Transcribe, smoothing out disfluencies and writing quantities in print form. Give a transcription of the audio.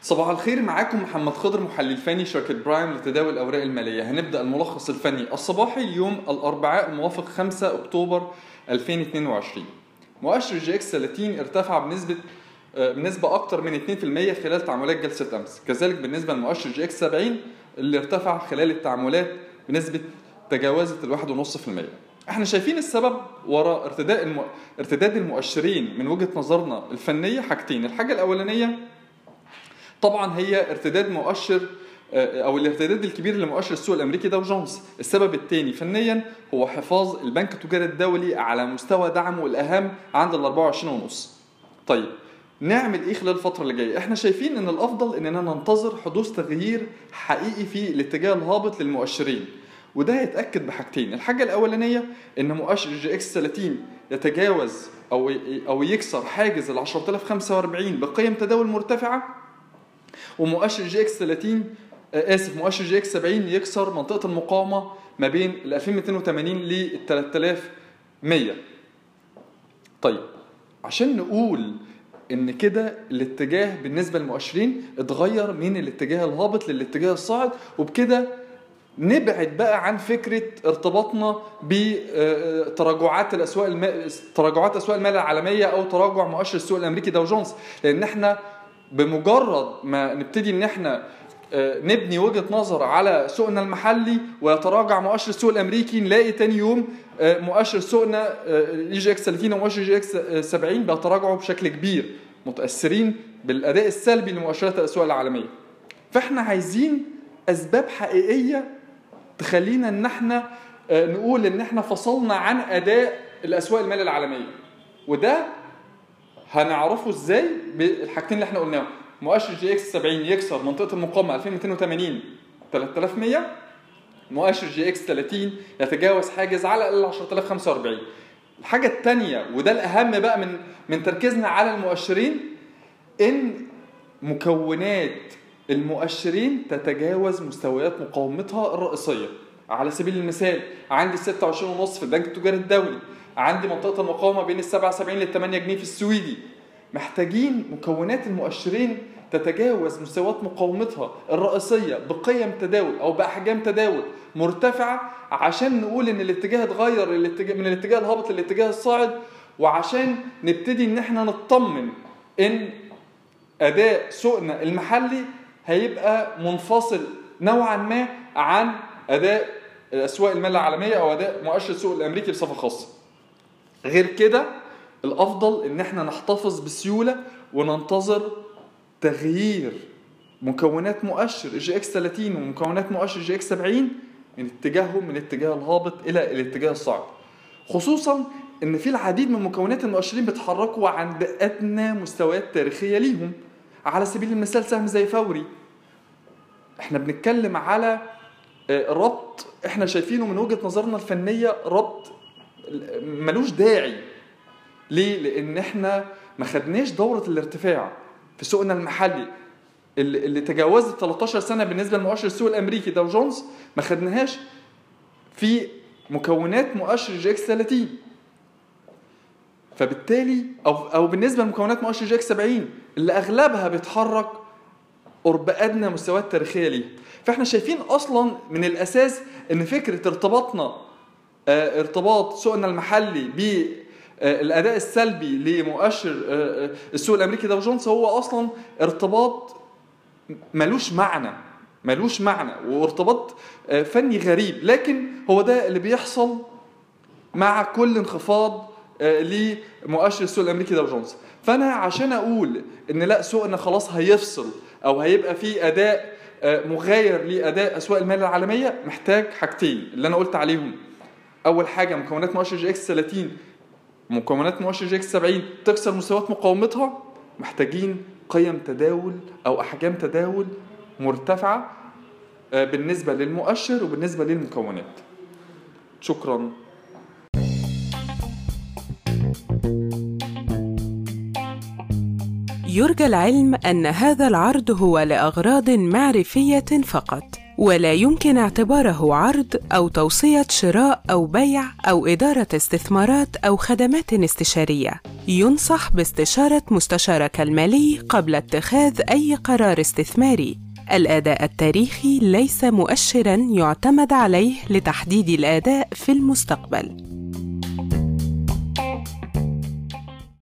صباح الخير، معاكم محمد خضر محلل فني شركة برايم لتداول الأوراق المالية. هنبدأ الملخص الفني الصباحي اليوم الأربعاء الموافق 5 أكتوبر 2022. مؤشر جي اكس 30 ارتفع بنسبة أكتر من 2% خلال تعاملات جلسة أمس، كذلك بالنسبة لمؤشر جي اكس 70 اللي ارتفع خلال التعاملات بنسبة تجاوزت 1.5%. احنا شايفين السبب وراء ارتداد المؤشرين من وجهة نظرنا الفنية حاجتين. الحاجة الأولانية طبعا هي ارتداد مؤشر او الارتداد الكبير لمؤشر السوق الامريكي داو جونز. السبب الثاني فنيا هو حفاظ البنك التجاري الدولي على مستوى دعمه الاهم عند ال 24.5. طيب نعمل ايه خلال الفتره اللي جايه؟ احنا شايفين ان الافضل اننا ننتظر حدوث تغيير حقيقي في الاتجاه الهابط للمؤشرين، وده هيتاكد بحاجتين. الحاجه الاولانيه ان مؤشر جي اكس 30 يتجاوز او يكسر حاجز ال 10045 بقيم تداول مرتفعه، ومؤشر جي اكس 30 مؤشر جي اكس 70 يكسر منطقة المقاومة ما بين ال 2280 لل 3100. طيب عشان نقول ان كده الاتجاه بالنسبة للمؤشرين اتغير من الاتجاه الهابط للاتجاه الصاعد، وبكده نبعد بقى عن فكرة ارتباطنا بتراجعات تراجعات اسواق المال العالمية او تراجع مؤشر السوق الامريكي داو جونز، لان احنا بمجرد ما نبتدي ان احنا نبني وجهة نظر على سوقنا المحلي ويتراجع مؤشر السوق الامريكي، نلاقي تاني يوم مؤشر سوقنا جي اكس 30 ومؤشر جي اكس 70 بيتراجعوا بشكل كبير، متأثرين بالاداء السلبي لمؤشرات الاسواق العالمية. فاحنا عايزين اسباب حقيقية تخلينا ان احنا نقول ان احنا فصلنا عن اداء الاسواق المال العالمية، وده هنعرفه ازاي؟ بالحاجتين اللي احنا قلناهم. مؤشر جي اكس 70 يكسر منطقة المقاومة 2280 3100، مؤشر جي اكس 30 يتجاوز حاجز على الاقل 10045. الحاجة الثانية وده الأهم بقى من تركيزنا على المؤشرين، ان مكونات المؤشرين تتجاوز مستويات مقاومتها الرئيسية. على سبيل المثال عندي 26.5 في البنك التجاري الدولي، عندي منطقة المقاومة بين ال 77 لل 8 جنيه في السويدي. محتاجين مكونات المؤشرين تتجاوز مستويات مقاومتها الرئيسية بقيم تداول أو بأحجام تداول مرتفعة عشان نقول إن الاتجاه اتغير من الاتجاه الهابط للاتجاه الصاعد، وعشان نبتدي إن احنا نطمن إن أداء سوقنا المحلي هيبقى منفصل نوعا ما عن أداء أسواق المال العالمية أو أداء مؤشر السوق الأمريكي بصفة خاصة. غير كده الأفضل إن احنا نحتفظ بسيولة وننتظر تغيير مكونات مؤشر جي اكس 30 ومكونات مؤشر جي اكس 70 من اتجاههم من الاتجاه الهابط إلى الاتجاه الصاعد، خصوصا إن في العديد من مكونات المؤشرين بيتحركوا عند أدنى مستويات تاريخية ليهم. على سبيل المثال سهم زي فوري، احنا بنتكلم على ربط احنا شايفينه من وجهة نظرنا الفنية ربط ملوش داعي. ليه؟ لان احنا ما خدناش دورة الارتفاع في سوقنا المحلي اللي تجاوزت 13 سنة بالنسبة لمؤشر السوق الامريكي داو جونز، ما خدناهاش في مكونات مؤشر جي اكس 30. فبالتالي او بالنسبة لمكونات مؤشر جي اكس 70 اللي اغلبها بيتحرك قرب ادنى مستويات تاريخية ليها. فاحنا شايفين اصلا من الاساس ان فكرة ارتباط سوقنا المحلي بالاداء السلبي لمؤشر السوق الامريكي داو جونز هو اصلا ارتباط ملوش معنى وارتباط فني غريب، لكن هو ده اللي بيحصل مع كل انخفاض لمؤشر السوق الامريكي داو جونز. فانا عشان اقول ان لا سوقنا خلاص هيفصل او هيبقى فيه اداء مغاير لاداء اسواق المال العالميه، محتاج حاجتين اللي انا قلت عليهم. اول حاجه مكونات مؤشر جي اكس 30 ومكونات مؤشر جي اكس 70 تكسر مستويات مقاومتها، محتاجين قيم تداول او احجام تداول مرتفعه بالنسبه للمؤشر وبالنسبه للمكونات. شكرا. يرجى العلم أن هذا العرض هو لأغراض معرفية فقط. ولا يمكن اعتباره عرض أو توصية شراء أو بيع أو إدارة استثمارات أو خدمات استشارية. ينصح باستشارة مستشارك المالي قبل اتخاذ أي قرار استثماري. الأداء التاريخي ليس مؤشراً يعتمد عليه لتحديد الأداء في المستقبل.